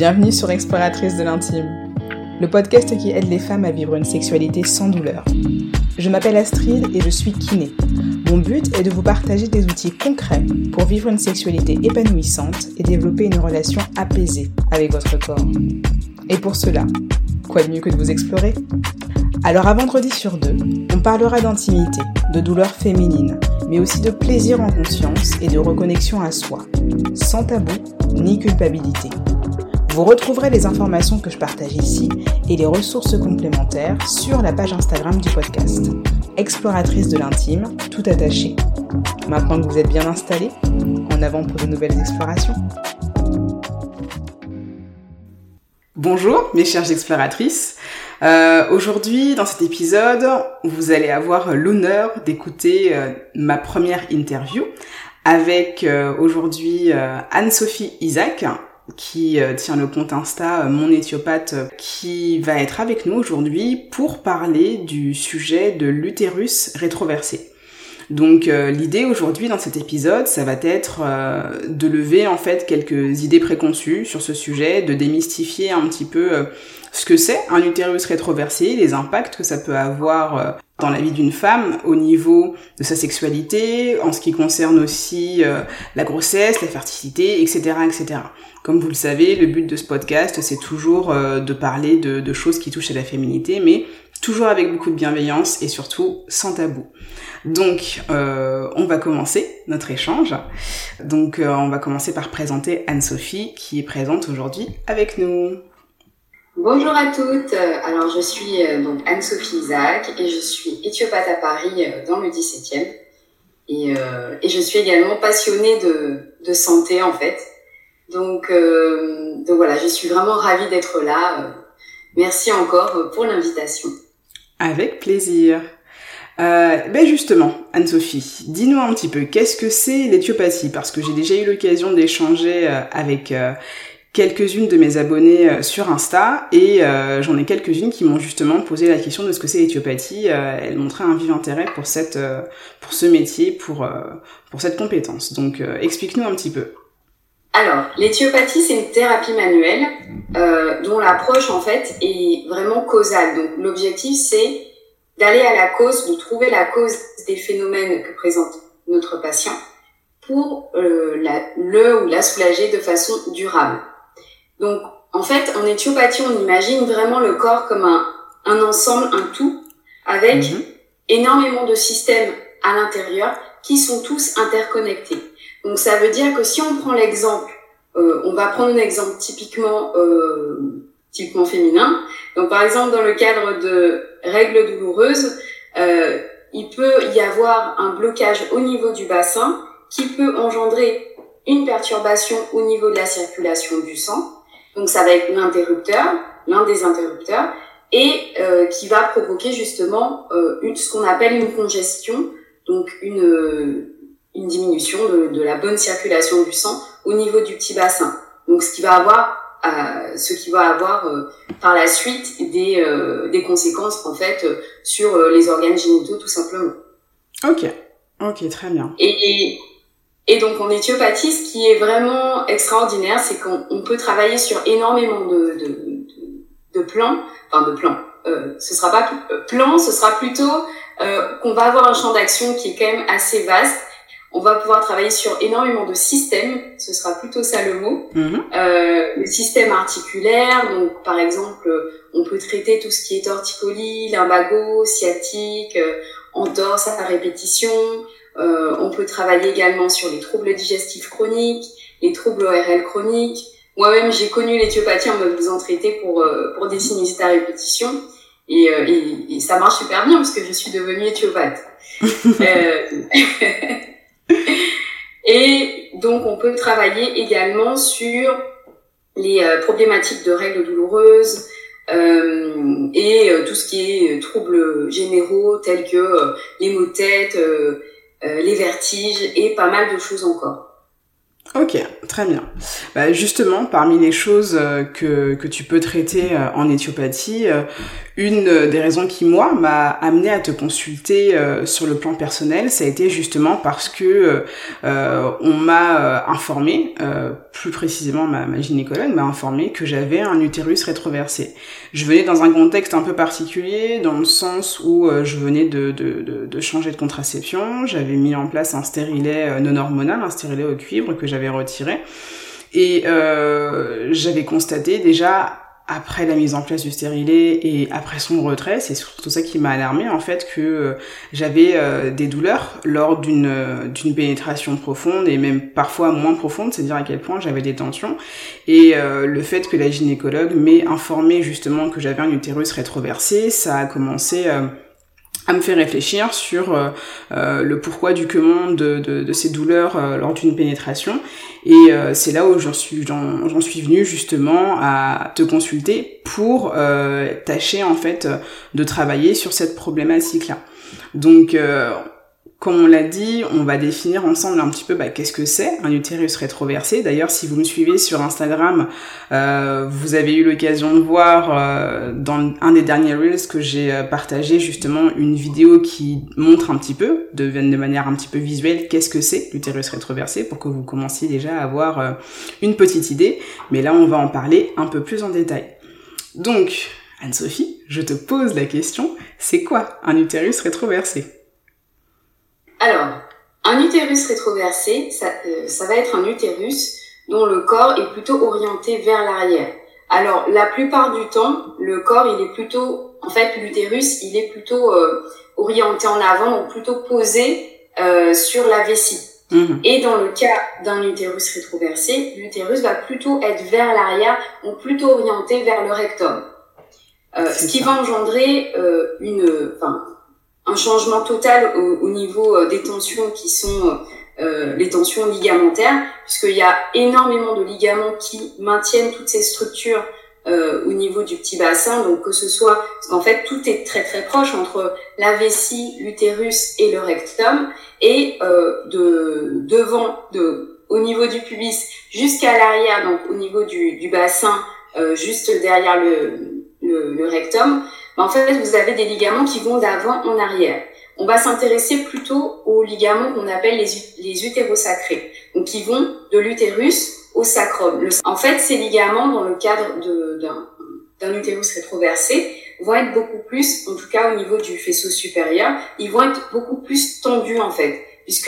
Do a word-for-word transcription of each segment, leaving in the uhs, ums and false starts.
Bienvenue sur Exploratrice de l'intime, le podcast qui aide les femmes à vivre une sexualité sans douleur. Je m'appelle Astrid et je suis kiné. Mon but est de vous partager des outils concrets pour vivre une sexualité épanouissante et développer une relation apaisée avec votre corps. Et pour cela, quoi de mieux que de vous explorer ? Alors à vendredi sur deux, on parlera d'intimité, de douleur féminine, mais aussi de plaisir en conscience et de reconnexion à soi, sans tabou ni culpabilité. Vous retrouverez les informations que je partage ici et les ressources complémentaires sur la page Instagram du podcast. Exploratrice de l'intime, tout attaché. Maintenant que vous êtes bien installés, en avant pour de nouvelles explorations. Bonjour mes chères exploratrices. Euh, aujourd'hui, dans cet épisode, vous allez avoir l'honneur d'écouter euh, ma première interview avec euh, aujourd'hui euh, Anne-Sophie Isaac, qui euh, tient le compte Insta euh, Mon Éthiopathe, euh, qui va être avec nous aujourd'hui pour parler du sujet de l'utérus rétroversé. Donc euh, l'idée aujourd'hui dans cet épisode, ça va être euh, de lever en fait quelques idées préconçues sur ce sujet, de démystifier un petit peu euh, ce que c'est un utérus rétroversé, les impacts que ça peut avoir euh, dans la vie d'une femme au niveau de sa sexualité, en ce qui concerne aussi euh, la grossesse, la fertilité, et cetera, et cetera. Comme vous le savez, le but de ce podcast, c'est toujours euh, de parler de, de choses qui touchent à la féminité, mais toujours avec beaucoup de bienveillance et surtout sans tabou. Donc, euh, on va commencer notre échange. Donc, euh, on va commencer par présenter Anne-Sophie, qui est présente aujourd'hui avec nous. Bonjour à toutes. Alors, je suis euh, donc Anne-Sophie Isaac et je suis éthiopathe à Paris euh, dans le dix-septième. Et, euh, et je suis également passionnée de, de santé, en fait. Donc, euh, donc voilà, je suis vraiment ravie d'être là. Merci encore pour l'invitation. Avec plaisir. Euh, ben justement, Anne-Sophie, dis-nous un petit peu, qu'est-ce que c'est l'éthiopathie ? Parce que j'ai déjà eu l'occasion d'échanger euh, avec euh, quelques-unes de mes abonnées euh, sur Insta et euh, j'en ai quelques-unes qui m'ont justement posé la question de ce que c'est l'éthiopathie. Euh, elles montraient un vif intérêt pour cette, euh, pour ce métier, pour euh, pour cette compétence. Donc, euh, explique-nous un petit peu. Alors, l'éthiopathie, c'est une thérapie manuelle euh, dont l'approche, en fait, est vraiment causale. Donc, l'objectif, c'est d'aller à la cause, de trouver la cause des phénomènes que présente notre patient pour euh, la, le ou la soulager de façon durable. Donc, en fait, en éthiopathie, on imagine vraiment le corps comme un, un ensemble, un tout, avec mmh. énormément de systèmes à l'intérieur qui sont tous interconnectés. Donc, ça veut dire que si on prend l'exemple, euh, on va prendre un exemple typiquement, euh, typiquement féminin. Donc, par exemple, dans le cadre de règles douloureuses, euh, il peut y avoir un blocage au niveau du bassin qui peut engendrer une perturbation au niveau de la circulation du sang. Donc, ça va être l'interrupteur, l'un des interrupteurs, et euh, qui va provoquer justement euh, une, ce qu'on appelle une congestion, donc une une diminution de, de la bonne circulation du sang au niveau du petit bassin. Donc, ce qui va avoir, euh, ce qui va avoir euh, par la suite des euh, des conséquences en fait euh, sur euh, les organes génitaux tout simplement. Ok, ok, très bien. Et, et et donc en éthiopathie, ce qui est vraiment extraordinaire, c'est qu'on on peut travailler sur énormément de de de, de plans, enfin de plans. Euh, ce sera pas euh, plan, ce sera plutôt euh, qu'on va avoir un champ d'action qui est quand même assez vaste. On va pouvoir travailler sur énormément de systèmes, ce sera plutôt ça le mot. Mmh. Euh, le système articulaire, donc par exemple, on peut traiter tout ce qui est torticolis, lumbago, sciatique, euh, entorse à répétition. Euh, on peut travailler également sur les troubles digestifs chroniques, les troubles O R L chroniques. Moi-même, j'ai connu l'éthiopathie en me faisant traiter pour euh, pour des sinusites à répétition, et, euh, et, et ça marche super bien parce que je suis devenue éthiopathe. euh, Et donc, on peut travailler également sur les euh, problématiques de règles douloureuses euh, et euh, tout ce qui est euh, troubles généraux tels que euh, les maux de tête, euh, euh, les vertiges et pas mal de choses encore. Ok, très bien. Bah justement, parmi les choses euh, que que tu peux traiter euh, en éthiopathie, euh, une euh, des raisons qui moi m'a amené à te consulter euh, sur le plan personnel, ça a été justement parce que euh, on m'a euh, informé, euh, plus précisément ma, ma gynécologue m'a informé que j'avais un utérus rétroversé. Je venais dans un contexte un peu particulier, dans le sens où euh, je venais de, de de de changer de contraception, j'avais mis en place un stérilet euh, non hormonal, un stérilet au cuivre que j'avais retiré. Et euh, j'avais constaté déjà, après la mise en place du stérilet et après son retrait, c'est surtout ça qui m'a alarmée en fait, que euh, j'avais euh, des douleurs lors d'une euh, d'une pénétration profonde et même parfois moins profonde, c'est-à-dire à quel point j'avais des tensions. Et euh, le fait que la gynécologue m'ait informé justement que j'avais un utérus rétroversé, ça a commencé... Euh, à me faire réfléchir sur euh, euh, le pourquoi du comment de, de, de ces douleurs euh, lors d'une pénétration. Et euh, c'est là où j'en suis, j'en, j'en suis venue justement à te consulter pour euh, tâcher en fait de travailler sur cette problématique-là. Donc, euh, comme on l'a dit, on va définir ensemble un petit peu bah, qu'est-ce que c'est un utérus rétroversé. D'ailleurs, si vous me suivez sur Instagram, euh, vous avez eu l'occasion de voir euh, dans un des derniers Reels que j'ai partagé justement une vidéo qui montre un petit peu, de, de manière un petit peu visuelle, qu'est-ce que c'est l'utérus rétroversé pour que vous commenciez déjà à avoir euh, une petite idée. Mais là, on va en parler un peu plus en détail. Donc, Anne-Sophie, je te pose la question, c'est quoi un utérus rétroversé ? Alors, un utérus rétroversé, ça, euh, ça va être un utérus dont le corps est plutôt orienté vers l'arrière. Alors, la plupart du temps, le corps, il est plutôt, en fait, l'utérus, il est plutôt euh, orienté en avant, donc plutôt posé euh, sur la vessie. Mmh. Et dans le cas d'un utérus rétroversé, l'utérus va plutôt être vers l'arrière, donc plutôt orienté vers le rectum. Euh, ce qui va engendrer euh, une, enfin, un changement total au, au niveau euh, des tensions qui sont euh, les tensions ligamentaires, puisqu'il y a énormément de ligaments qui maintiennent toutes ces structures euh, au niveau du petit bassin, donc que ce soit, parce qu'en fait tout est très très proche entre la vessie, l'utérus et le rectum, et euh, de devant, de au niveau du pubis jusqu'à l'arrière, donc au niveau du, du bassin, euh, juste derrière le, le, le rectum. En fait, vous avez des ligaments qui vont d'avant en arrière. On va s'intéresser plutôt aux ligaments qu'on appelle les, les utérosacrés, donc qui vont de l'utérus au sacrum. En fait, ces ligaments, dans le cadre de, d'un, d'un utérus rétroversé, vont être beaucoup plus, en tout cas au niveau du faisceau supérieur, ils vont être beaucoup plus tendus en fait, puisque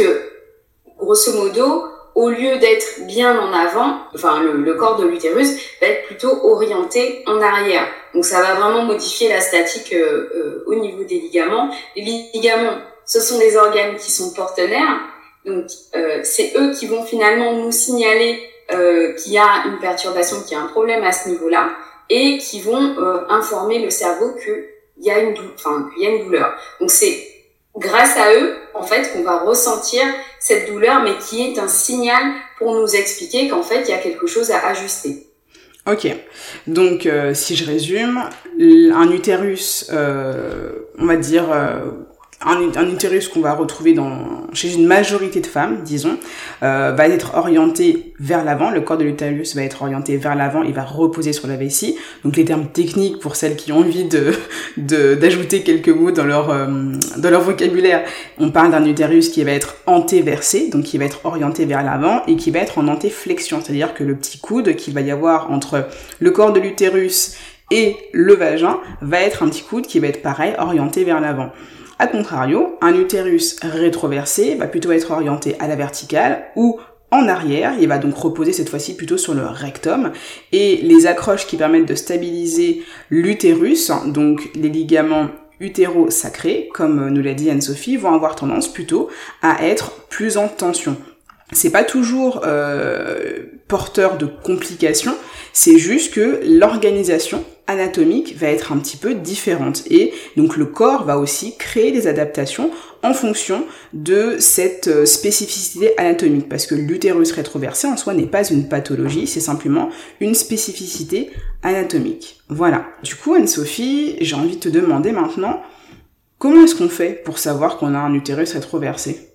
grosso modo, au lieu d'être bien en avant, enfin le, le corps de l'utérus va être plutôt orienté en arrière. Donc ça va vraiment modifier la statique euh, euh, au niveau des ligaments. Les ligaments, ce sont des organes qui sont porteurs, donc euh, c'est eux qui vont finalement nous signaler euh, qu'il y a une perturbation, qu'il y a un problème à ce niveau-là, et qui vont euh, informer le cerveau qu'il y a une dou- enfin qu'il y a une douleur. Donc c'est grâce à eux, en fait, qu'on va ressentir cette douleur, mais qui est un signal pour nous expliquer qu'en fait, il y a quelque chose à ajuster. Ok, donc euh, si je résume, un utérus, euh, on va dire, euh, un, un utérus qu'on va retrouver dans, chez une majorité de femmes, disons, euh, va être orienté vers l'avant, le corps de l'utérus va être orienté vers l'avant, il va reposer sur la vessie. Donc les termes techniques pour celles qui ont envie de, de d'ajouter quelques mots dans leur euh, dans leur vocabulaire, on parle d'un utérus qui va être antéversé, donc qui va être orienté vers l'avant et qui va être en antéflexion, c'est-à-dire que le petit coude qu'il va y avoir entre le corps de l'utérus et le vagin va être un petit coude qui va être pareil, orienté vers l'avant. A contrario, un utérus rétroversé va plutôt être orienté à la verticale ou en arrière, il va donc reposer cette fois-ci plutôt sur le rectum, et les accroches qui permettent de stabiliser l'utérus, donc les ligaments utérosacrés, comme nous l'a dit Anne-Sophie, vont avoir tendance plutôt à être plus en tension. C'est pas toujours euh, porteur de complications, c'est juste que l'organisation anatomique va être un petit peu différente et donc le corps va aussi créer des adaptations en fonction de cette spécificité anatomique, parce que l'utérus rétroversé en soi n'est pas une pathologie, c'est simplement une spécificité anatomique. Voilà. Du coup, Anne-Sophie, j'ai envie de te demander maintenant, comment est-ce qu'on fait pour savoir qu'on a un utérus rétroversé ?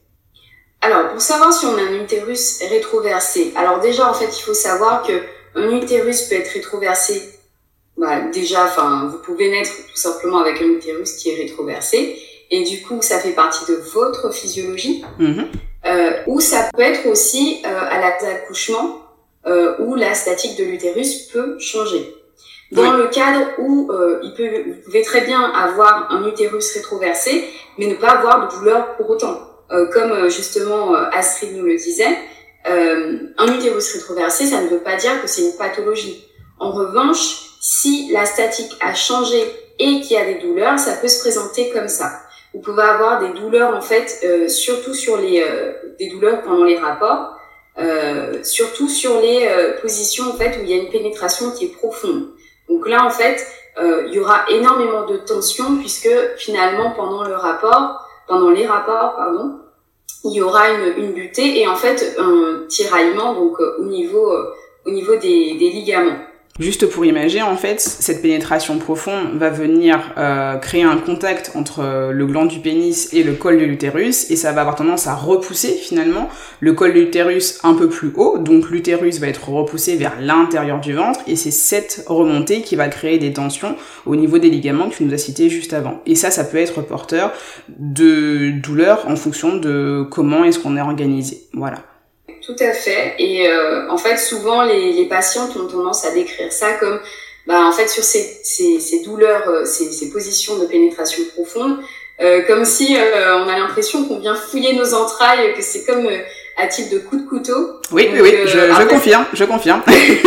Alors, pour savoir si on a un utérus rétroversé, alors déjà, en fait, il faut savoir que un utérus peut être rétroversé. Bah, déjà, enfin, vous pouvez naître tout simplement avec un utérus qui est rétroversé, et du coup, ça fait partie de votre physiologie. Mmh. Euh, ou ça peut être aussi euh, à l'accouchement, euh, où la statique de l'utérus peut changer. Dans oui. le cadre où euh, il peut, vous pouvez très bien avoir un utérus rétroversé, mais ne pas avoir de douleur pour autant. Euh, comme euh, justement euh, Astrid nous le disait, euh, un utérus rétroversé, ça ne veut pas dire que c'est une pathologie. En revanche, si la statique a changé et qu'il y a des douleurs, ça peut se présenter comme ça. Vous pouvez avoir des douleurs en fait, euh, surtout sur les euh, des douleurs pendant les rapports, euh, surtout sur les euh, positions en fait où il y a une pénétration qui est profonde. Donc là en fait, euh, il y aura énormément de tension puisque finalement pendant le rapport, pendant les rapports pardon, il y aura une une butée et en fait un tiraillement donc euh, au niveau euh, au niveau des des ligaments. Juste pour imaginer, en fait, cette pénétration profonde va venir euh, créer un contact entre le gland du pénis et le col de l'utérus, et ça va avoir tendance à repousser finalement le col de l'utérus un peu plus haut, donc l'utérus va être repoussé vers l'intérieur du ventre, et c'est cette remontée qui va créer des tensions au niveau des ligaments que tu nous as cités juste avant. Et ça, ça peut être porteur de douleurs en fonction de comment est-ce qu'on est organisé. Voilà. Tout à fait. Et euh, en fait, souvent, les, les patientes ont tendance à décrire ça comme, bah, en fait, sur ces, ces, ces douleurs, ces, ces positions de pénétration profonde, euh, comme si euh, on a l'impression qu'on vient fouiller nos entrailles, que c'est comme euh, à type de coup de couteau. Oui, Donc, oui, oui, euh, je, après... je confirme, je confirme.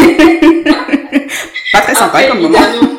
Pas très sympa après, comme moment.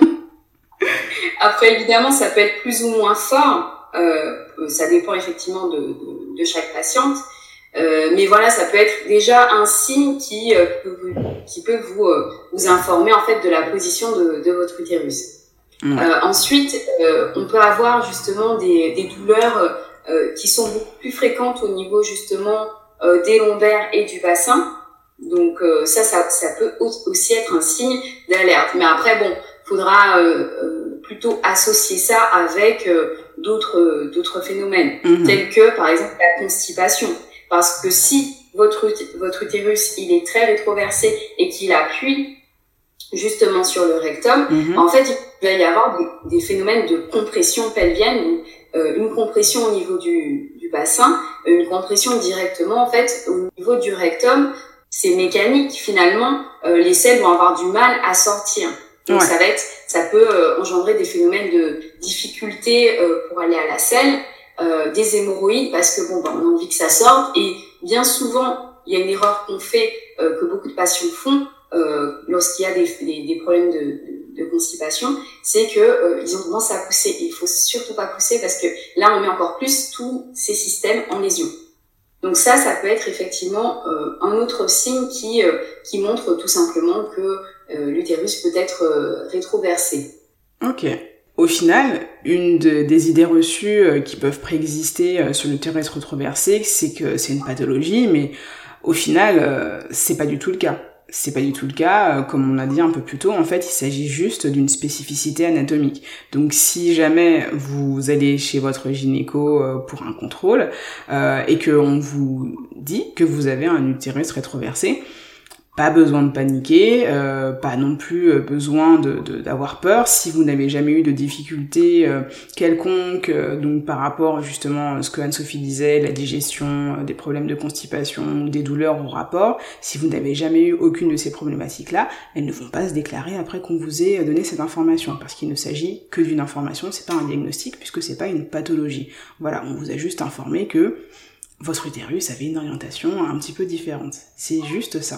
Après, évidemment, ça peut être plus ou moins fort. Euh, ça dépend effectivement de, de, de chaque patiente. Euh, mais voilà, ça peut être déjà un signe qui euh, peut vous, qui peut vous euh, vous informer en fait de la position de, de votre utérus. Mmh. Euh, ensuite, euh, on peut avoir justement des, des douleurs euh, qui sont beaucoup plus fréquentes au niveau justement euh, des lombaires et du bassin. Donc euh, ça, ça, ça peut aussi être un signe d'alerte. Mais après, bon, faudra euh, euh, plutôt associer ça avec euh, d'autres d'autres phénomènes, mmh. tels que par exemple la constipation. Parce que si votre, votre utérus, il est très rétroversé et qu'il appuie justement sur le rectum, mm-hmm. en fait, il va y avoir des, des phénomènes de compression pelvienne, euh, une compression au niveau du, du bassin, une compression directement, en fait, au niveau du rectum. C'est mécanique, finalement, euh, les selles vont avoir du mal à sortir. Donc, ouais. ça va être, ça peut euh, engendrer des phénomènes de difficulté euh, pour aller à la selle. Euh, des hémorroïdes parce que bon bah, on a envie que ça sorte et bien souvent il y a une erreur qu'on fait euh, que beaucoup de patients font euh, lorsqu'il y a des, des, des problèmes de, de, de constipation, c'est que euh, ils ont tendance à pousser et il faut surtout pas pousser parce que là on met encore plus tous ces systèmes en lésion. Donc ça ça peut être effectivement euh, un autre signe qui euh, qui montre tout simplement que euh, l'utérus peut être euh, rétroversé. Ok. Au final, une de, des idées reçues euh, qui peuvent préexister euh, sur l'utérus rétroversé, c'est que c'est une pathologie, mais au final, euh, c'est pas du tout le cas. C'est pas du tout le cas, euh, comme on l'a dit un peu plus tôt, en fait, il s'agit juste d'une spécificité anatomique. Donc si jamais vous allez chez votre gynéco euh, pour un contrôle, euh, et qu'on vous dit que vous avez un utérus rétroversé, pas besoin de paniquer, euh, pas non plus besoin de, de d'avoir peur si vous n'avez jamais eu de difficultés euh, quelconques, euh, donc par rapport justement à ce que Anne-Sophie disait, la digestion, euh, des problèmes de constipation, des douleurs au rapport. Si vous n'avez jamais eu aucune de ces problématiques-là, elles ne vont pas se déclarer après qu'on vous ait donné cette information, parce qu'il ne s'agit que d'une information, c'est pas un diagnostic puisque c'est pas une pathologie. Voilà, on vous a juste informé que votre utérus avait une orientation un petit peu différente. C'est juste ça.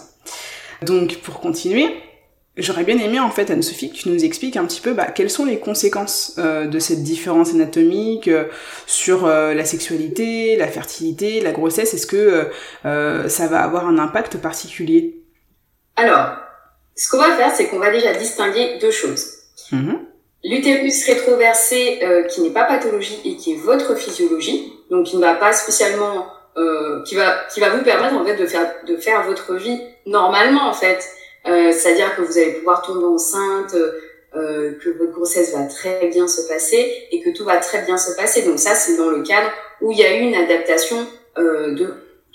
Donc, pour continuer, j'aurais bien aimé, en fait, Anne-Sophie, que tu nous expliques un petit peu bah, quelles sont les conséquences euh, de cette différence anatomique euh, sur euh, la sexualité, la fertilité, la grossesse. Est-ce que euh, ça va avoir un impact particulier ? Alors, ce qu'on va faire, c'est qu'on va déjà distinguer deux choses. Mmh. L'utérus rétroversé, euh, qui n'est pas pathologie et qui est votre physiologie, donc qui ne va pas spécialement, euh, qui va, qui va vous permettre en fait de faire, de faire votre vie normalement en fait. Euh, c'est-à-dire que vous allez pouvoir tomber enceinte, euh, que votre grossesse va très bien se passer et que tout va très bien se passer. Donc ça, c'est dans le cadre où il y a eu une adaptation euh, de,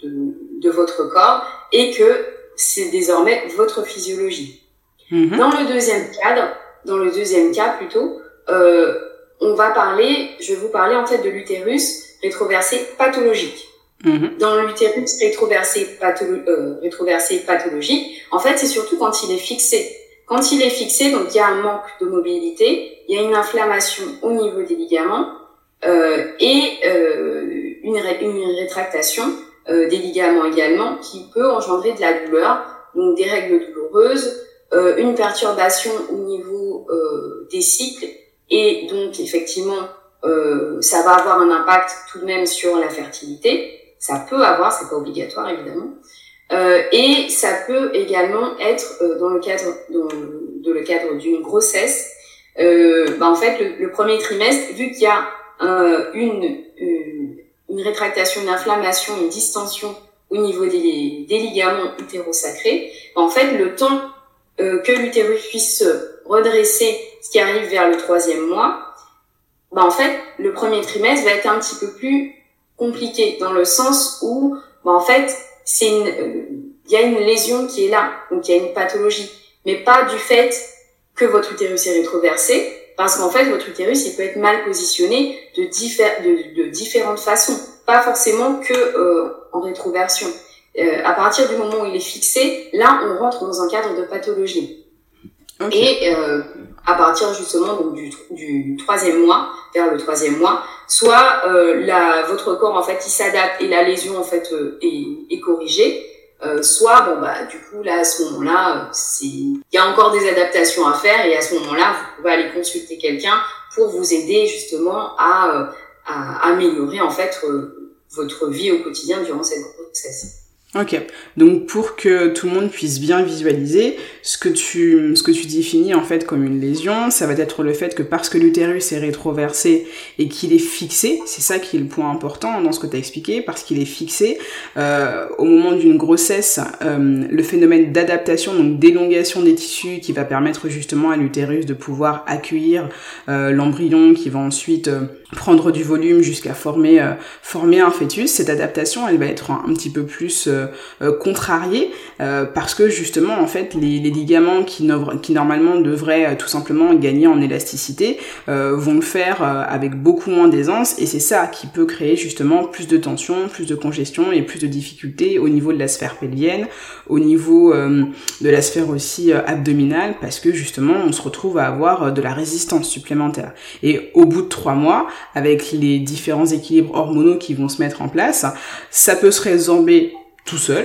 de, de votre corps et que c'est désormais votre physiologie. Mmh. Dans le deuxième cadre, dans le deuxième cas plutôt, euh, on va parler, je vais vous parler en fait de l'utérus rétroversé pathologique. Mmh. Dans l'utérus rétroversé, patholo- euh, rétroversé pathologique, en fait, c'est surtout quand il est fixé. Quand il est fixé, donc il y a un manque de mobilité, il y a une inflammation au niveau des ligaments euh, et euh, une, ré- une rétractation euh, des ligaments également qui peut engendrer de la douleur, donc des règles douloureuses, euh, une perturbation au niveau euh, des cycles et donc effectivement euh, ça va avoir un impact tout de même sur la fertilité. Ça peut avoir, c'est pas obligatoire évidemment. Euh, et ça peut également être euh, dans le cadre dans, dans le cadre d'une grossesse. Euh, bah en fait, le, le premier trimestre, vu qu'il y a euh, une, une une rétractation, une inflammation, une distension au niveau des, des ligaments utérosacrés, bah en fait, le temps euh, que l'utérus puisse se redresser, ce qui arrive vers le troisième mois, bah en fait, le premier trimestre va être un petit peu plus compliqué dans le sens où, bah en fait, c'est une, il euh, y a une lésion qui est là, donc il y a une pathologie, mais pas du fait que votre utérus est rétroversé, parce qu'en fait, votre utérus, il peut être mal positionné de, diffé- de, de différentes façons, pas forcément que euh, en rétroversion. Euh, à partir du moment où il est fixé, là, on rentre dans un cadre de pathologie. Okay. Et euh, à partir justement donc du, du troisième mois, vers le troisième mois, soit euh, la, votre corps en fait il s'adapte et la lésion en fait euh, est, est corrigée, euh, soit bon bah du coup là à ce moment-là c'est il y a encore des adaptations à faire et à ce moment-là vous pouvez aller consulter quelqu'un pour vous aider justement à, à améliorer en fait euh, votre vie au quotidien durant cette grossesse. Ok, donc pour que tout le monde puisse bien visualiser, ce que tu ce que tu définis en fait comme une lésion, ça va être le fait que parce que l'utérus est rétroversé et qu'il est fixé, c'est ça qui est le point important dans ce que tu as expliqué, parce qu'il est fixé, euh, au moment d'une grossesse, euh, le phénomène d'adaptation, donc d'élongation des tissus qui va permettre justement à l'utérus de pouvoir accueillir euh, l'embryon qui va ensuite euh, prendre du volume jusqu'à former, euh, former un fœtus, cette adaptation elle va être un, un petit peu plus... Euh, Euh, contrarié euh, parce que justement en fait les, les ligaments qui, no- qui normalement devraient euh, tout simplement gagner en élasticité euh, vont le faire euh, avec beaucoup moins d'aisance et c'est ça qui peut créer justement plus de tension, plus de congestion et plus de difficultés au niveau de la sphère pelvienne, au niveau euh, de la sphère aussi euh, abdominale parce que justement on se retrouve à avoir euh, de la résistance supplémentaire et au bout de trois mois avec les différents équilibres hormonaux qui vont se mettre en place, ça peut se résorber tout seul,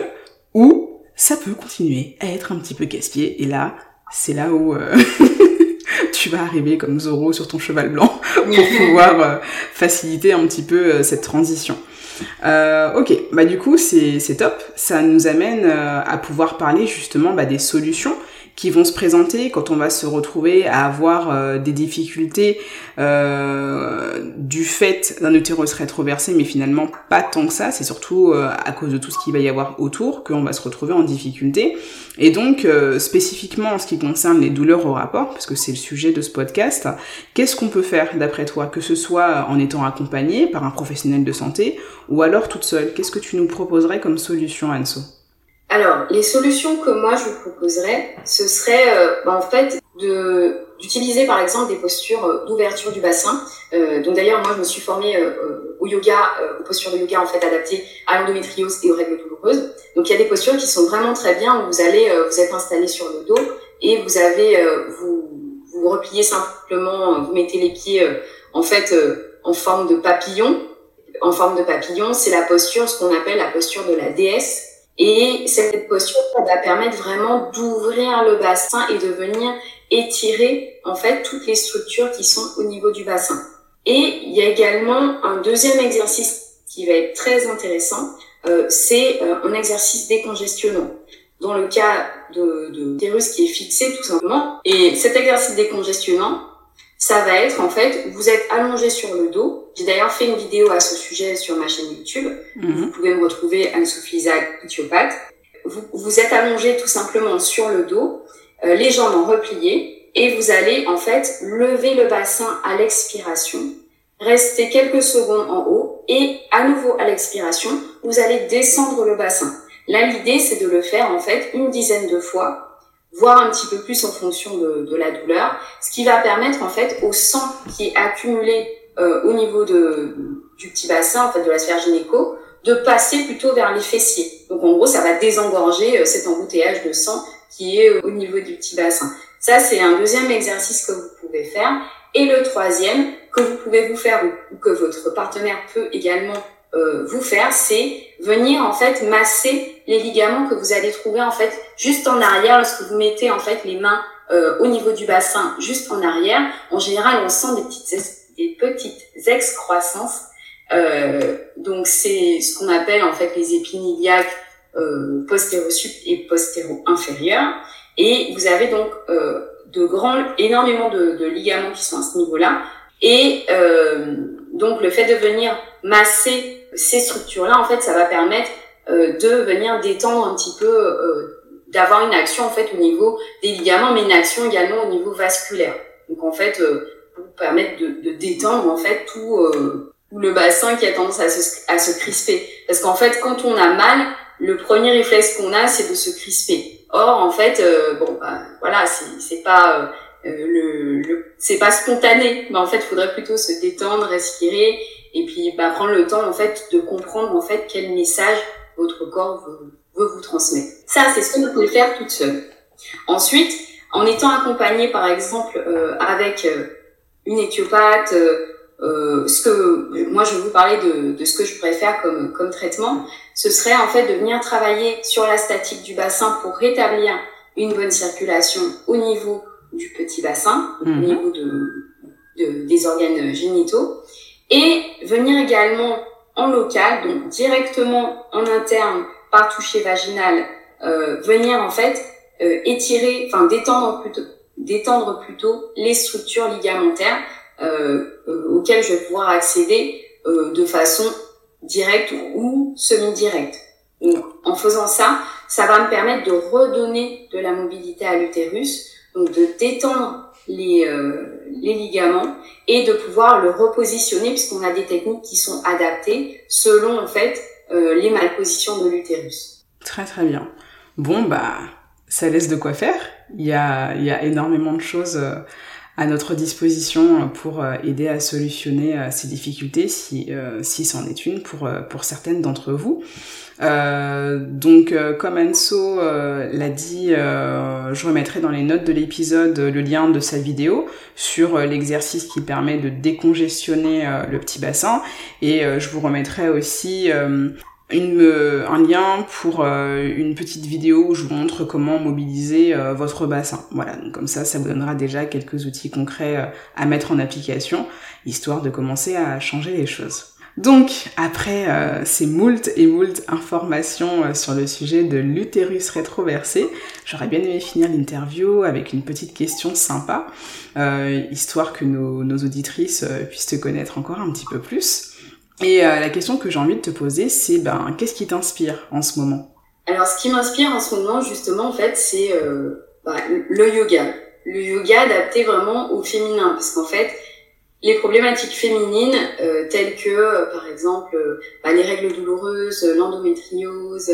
ou ça peut continuer à être un petit peu casse-pied, et là, c'est là où euh, tu vas arriver comme Zorro sur ton cheval blanc pour pouvoir euh, faciliter un petit peu euh, cette transition. Euh, ok, bah du coup c'est c'est top, ça nous amène euh, à pouvoir parler justement bah, des solutions qui vont se présenter quand on va se retrouver à avoir euh, des difficultés euh, du fait d'un utérus rétroversé, mais finalement pas tant que ça, c'est surtout euh, à cause de tout ce qu'il va y avoir autour qu'on va se retrouver en difficulté. Et donc, euh, spécifiquement en ce qui concerne les douleurs au rapport, parce que c'est le sujet de ce podcast, qu'est-ce qu'on peut faire d'après toi, que ce soit en étant accompagné par un professionnel de santé ou alors toute seule? Qu'est-ce que tu nous proposerais comme solution, Anso? Alors, les solutions que moi je vous proposerais, ce serait euh, bah, en fait de d'utiliser par exemple des postures euh, d'ouverture du bassin. Euh, donc d'ailleurs, moi je me suis formée euh, au yoga, euh, aux postures de yoga en fait adaptées à l'endométriose et aux règles douloureuses. Donc il y a des postures qui sont vraiment très bien où vous allez, euh, vous êtes installé sur le dos et vous avez, euh, vous vous repliez simplement, vous mettez les pieds euh, en fait euh, en forme de papillon. En forme de papillon, c'est la posture, ce qu'on appelle la posture de la déesse. Et cette posture va permettre vraiment d'ouvrir le bassin et de venir étirer en fait toutes les structures qui sont au niveau du bassin. Et il y a également un deuxième exercice qui va être très intéressant, euh, c'est euh, un exercice décongestionnant. Dans le cas de, de l'utérus qui est fixé tout simplement. Et cet exercice décongestionnant, ça va être en fait, vous êtes allongé sur le dos. J'ai d'ailleurs fait une vidéo à ce sujet sur ma chaîne YouTube. Mmh. Vous pouvez me retrouver Anne-Sophie Zag, ostéopathe. Vous, vous êtes allongé tout simplement sur le dos, euh, les jambes repliées, et vous allez en fait lever le bassin à l'expiration, rester quelques secondes en haut et à nouveau à l'expiration, vous allez descendre le bassin. Là, l'idée, c'est de le faire en fait une dizaine de fois, voire un petit peu plus en fonction de, de la douleur, ce qui va permettre en fait au sang qui est accumulé euh, au niveau de, du petit bassin, en fait de la sphère gynéco, de passer plutôt vers les fessiers. Donc en gros, ça va désengorger euh, cet embouteillage de sang qui est au niveau du petit bassin. Ça, c'est un deuxième exercice que vous pouvez faire. Et le troisième que vous pouvez vous faire ou que votre partenaire peut également euh, vous faire, c'est venir en fait masser les ligaments que vous allez trouver en fait juste en arrière lorsque vous mettez en fait les mains euh, au niveau du bassin juste en arrière. En général, on sent des petites ex- des petites excroissances. Euh, donc c'est ce qu'on appelle en fait les épines iliaques euh, postéro-sup et postéro-inférieures. Et vous avez donc euh, de grands, énormément de, de ligaments qui sont à ce niveau-là. Et euh, donc le fait de venir masser ces structures-là, en fait, ça va permettre euh, de venir détendre un petit peu, euh, d'avoir une action en fait au niveau des ligaments, mais une action également au niveau vasculaire. Donc en fait, euh, pour permettre de, de détendre en fait tout, euh, tout le bassin qui a tendance à se, à se crisper. Parce qu'en fait, quand on a mal, le premier réflexe qu'on a, c'est de se crisper. Or, en fait, euh, bon, bah, voilà, c'est, c'est pas euh, le, le, c'est pas spontané. Mais en fait, il faudrait plutôt se détendre, respirer, et puis bah, prendre le temps, en fait, de comprendre en fait quel message votre corps veut, veut vous transmettre. Ça, c'est ce que vous pouvez faire toute seule. Ensuite, en étant accompagné, par exemple, euh, avec euh, une éthiopathe. Euh, Euh, ce que moi je vais vous parler de, de ce que je préfère comme comme traitement, ce serait en fait de venir travailler sur la statique du bassin pour rétablir une bonne circulation au niveau du petit bassin, mmh. au niveau de, de des organes génitaux, et venir également en local, donc directement en interne par toucher vaginal, euh, venir en fait euh, étirer, enfin détendre plutôt, détendre plutôt les structures ligamentaires. Euh, euh, auquel je vais pouvoir accéder euh, de façon directe ou semi-directe. Donc, en faisant ça, ça va me permettre de redonner de la mobilité à l'utérus, donc de détendre les, euh, les ligaments et de pouvoir le repositionner puisqu'on a des techniques qui sont adaptées selon en fait euh, les malpositions de l'utérus. Très très bien. Bon bah ça laisse de quoi faire. Il y a, il y a énormément de choses euh, à notre disposition pour aider à solutionner ces difficultés, si, euh, si c'en est une pour, pour certaines d'entre vous. Euh, donc, euh, comme Anso euh, l'a dit, euh, je remettrai dans les notes de l'épisode le lien de sa vidéo sur l'exercice qui permet de décongestionner euh, le petit bassin, et euh, je vous remettrai aussi euh, Une, euh, un lien pour euh, une petite vidéo où je vous montre comment mobiliser euh, votre bassin. Voilà, donc comme ça, ça vous donnera déjà quelques outils concrets euh, à mettre en application, histoire de commencer à changer les choses. Donc, après euh, ces moult et moult informations euh, sur le sujet de l'utérus rétroversé, j'aurais bien aimé finir l'interview avec une petite question sympa, euh, histoire que nos, nos auditrices euh, puissent te connaître encore un petit peu plus. Et euh, la question que j'ai envie de te poser, c'est ben qu'est-ce qui t'inspire en ce moment ? Alors, ce qui m'inspire en ce moment, justement, en fait, c'est euh, bah, le yoga. Le yoga adapté vraiment au féminin, parce qu'en fait, les problématiques féminines, euh, telles que, euh, par exemple, euh, bah, les règles douloureuses, l'endométriose,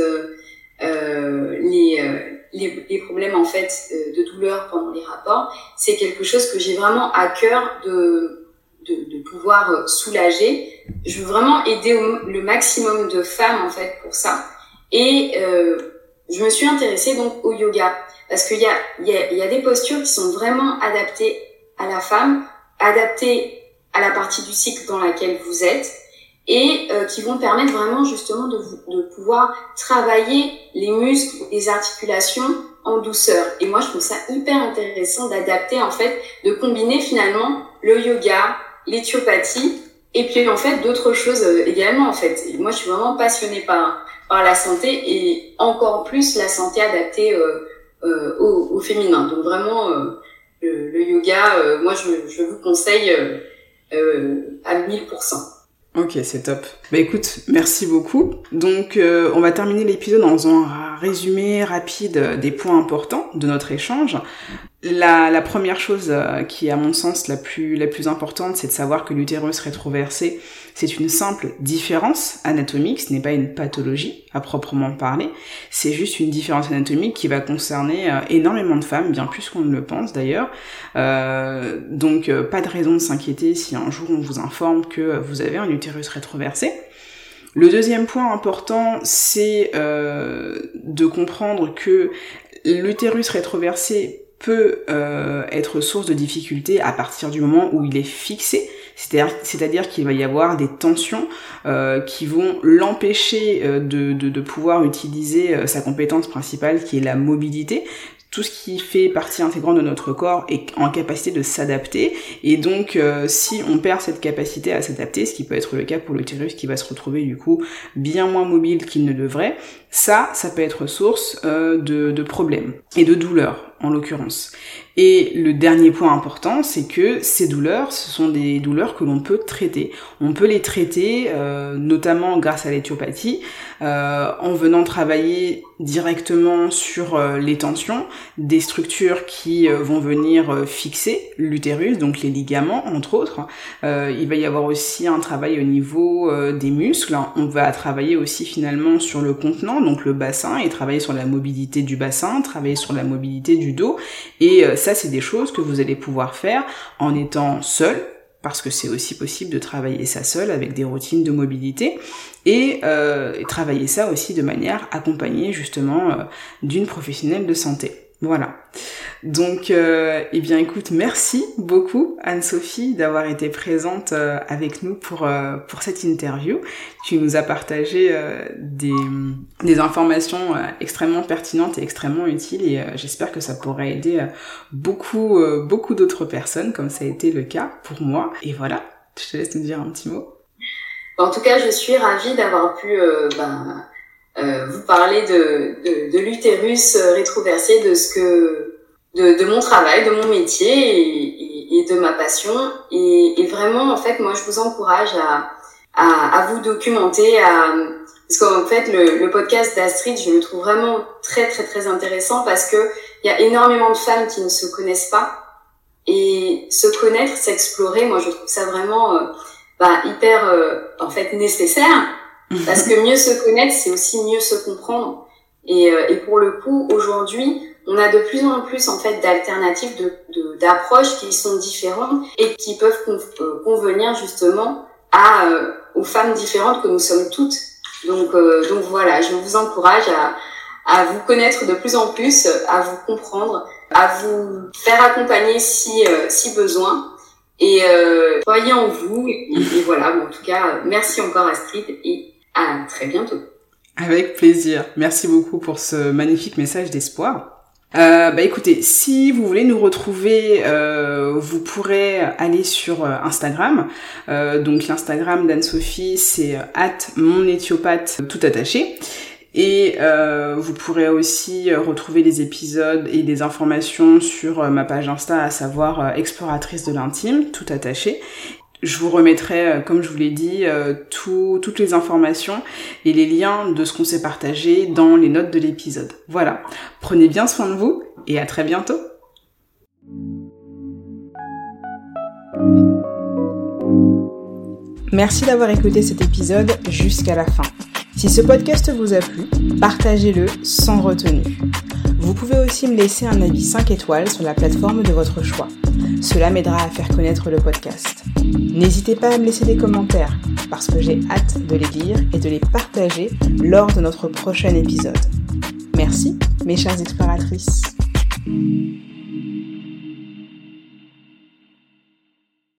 euh, les, euh, les, les problèmes en fait de douleur pendant les rapports, c'est quelque chose que j'ai vraiment à cœur de De, de pouvoir soulager. Je veux vraiment aider au, le maximum de femmes en fait pour ça. Et euh, je me suis intéressée donc au yoga parce qu'il y a il y a il y a des postures qui sont vraiment adaptées à la femme, adaptées à la partie du cycle dans laquelle vous êtes, et euh, qui vont permettre vraiment justement de vous, de pouvoir travailler les muscles, les articulations en douceur. Et moi je trouve ça hyper intéressant d'adapter en fait, de combiner finalement le yoga, l'éthiopathie, et puis en fait d'autres choses également en fait. Et moi je suis vraiment passionnée par par la santé, et encore plus la santé adaptée euh, euh, au, au féminin. Donc vraiment euh, le, le yoga, euh, moi je, je vous conseille euh, euh, à mille pour cent. Ok, c'est top. Bah écoute, merci beaucoup. Donc, euh, on va terminer l'épisode en faisant un résumé rapide des points importants de notre échange. La, la première chose qui est à mon sens la plus, la plus importante, c'est de savoir que l'utérus rétroversé, c'est une simple différence anatomique, ce n'est pas une pathologie à proprement parler, c'est juste une différence anatomique qui va concerner énormément de femmes, bien plus qu'on ne le pense d'ailleurs. Euh, donc euh, pas de raison de s'inquiéter si un jour on vous informe que vous avez un utérus rétroversé. Le deuxième point important, c'est euh, de comprendre que l'utérus rétroversé peut euh, être source de difficultés à partir du moment où il est fixé, c'est-à-dire, c'est-à-dire qu'il va y avoir des tensions euh, qui vont l'empêcher euh, de, de, de pouvoir utiliser euh, sa compétence principale qui est la mobilité. Tout ce qui fait partie intégrante de notre corps est en capacité de s'adapter, et donc euh, si on perd cette capacité à s'adapter, ce qui peut être le cas pour l'utérus qui va se retrouver du coup bien moins mobile qu'il ne devrait, ça, ça peut être source euh, de, de problèmes et de douleurs en l'occurrence. Et le dernier point important, c'est que ces douleurs, ce sont des douleurs que l'on peut traiter. On peut les traiter, euh, notamment grâce à l'éthiopathie, euh, en venant travailler directement sur euh, les tensions, des structures qui euh, vont venir euh, fixer l'utérus, donc les ligaments entre autres. Euh, il va y avoir aussi un travail au niveau euh, des muscles. On va travailler aussi finalement sur le contenant, donc le bassin, et travailler sur la mobilité du bassin, travailler sur la mobilité du dos. Et euh, ça, c'est des choses que vous allez pouvoir faire en étant seul, parce que c'est aussi possible de travailler ça seul avec des routines de mobilité, et, euh, et travailler ça aussi de manière accompagnée justement euh, d'une professionnelle de santé. Voilà. Donc, euh, eh bien, écoute, merci beaucoup Anne-Sophie d'avoir été présente euh, avec nous pour euh, pour cette interview. Tu nous as partagé euh, des des informations euh, extrêmement pertinentes et extrêmement utiles, et euh, j'espère que ça pourrait aider euh, beaucoup euh, beaucoup d'autres personnes, comme ça a été le cas pour moi. Et voilà, je te laisse nous dire un petit mot. En tout cas, je suis ravie d'avoir pu euh, ben Euh, vous parler de, de, de l'utérus rétroversé, de ce que, de, de mon travail, de mon métier et, et, et de ma passion. Et, et vraiment, en fait, moi, je vous encourage à, à, à vous documenter, à, parce qu'en fait, le, le podcast d'Astrid, je le trouve vraiment très, très, très intéressant parce que il y a énormément de femmes qui ne se connaissent pas, et se connaître, s'explorer, moi, je trouve ça vraiment, euh, bah, hyper, euh, en fait, nécessaire. Parce que mieux se connaître, c'est aussi mieux se comprendre. Et, euh, et pour le coup, aujourd'hui, on a de plus en plus en fait d'alternatives, de, de, d'approches qui sont différentes et qui peuvent con- convenir justement à euh, aux femmes différentes que nous sommes toutes. Donc, euh, donc voilà, je vous encourage à, à vous connaître de plus en plus, à vous comprendre, à vous faire accompagner si euh, si besoin. Et euh, croyez en vous. Et, et voilà. Bon, en tout cas, merci encore Astrid et à très bientôt. Avec plaisir. Merci beaucoup pour ce magnifique message d'espoir. Euh, bah écoutez, si vous voulez nous retrouver, euh, vous pourrez aller sur euh, Instagram. Euh, donc l'Instagram d'Anne-Sophie, c'est arobase monethiopathe tout attaché. Et euh, vous pourrez aussi retrouver les épisodes et des informations sur euh, ma page Insta, à savoir euh, exploratrice de l'intime, tout attaché. Je vous remettrai, comme je vous l'ai dit, euh, tout, toutes les informations et les liens de ce qu'on s'est partagé dans les notes de l'épisode. Voilà. Prenez bien soin de vous et à très bientôt. Merci d'avoir écouté cet épisode jusqu'à la fin. Si ce podcast vous a plu, partagez-le sans retenue. Vous pouvez aussi me laisser un avis cinq étoiles sur la plateforme de votre choix. Cela m'aidera à faire connaître le podcast. N'hésitez pas à me laisser des commentaires, parce que j'ai hâte de les lire et de les partager lors de notre prochain épisode. Merci, mes chères exploratrices.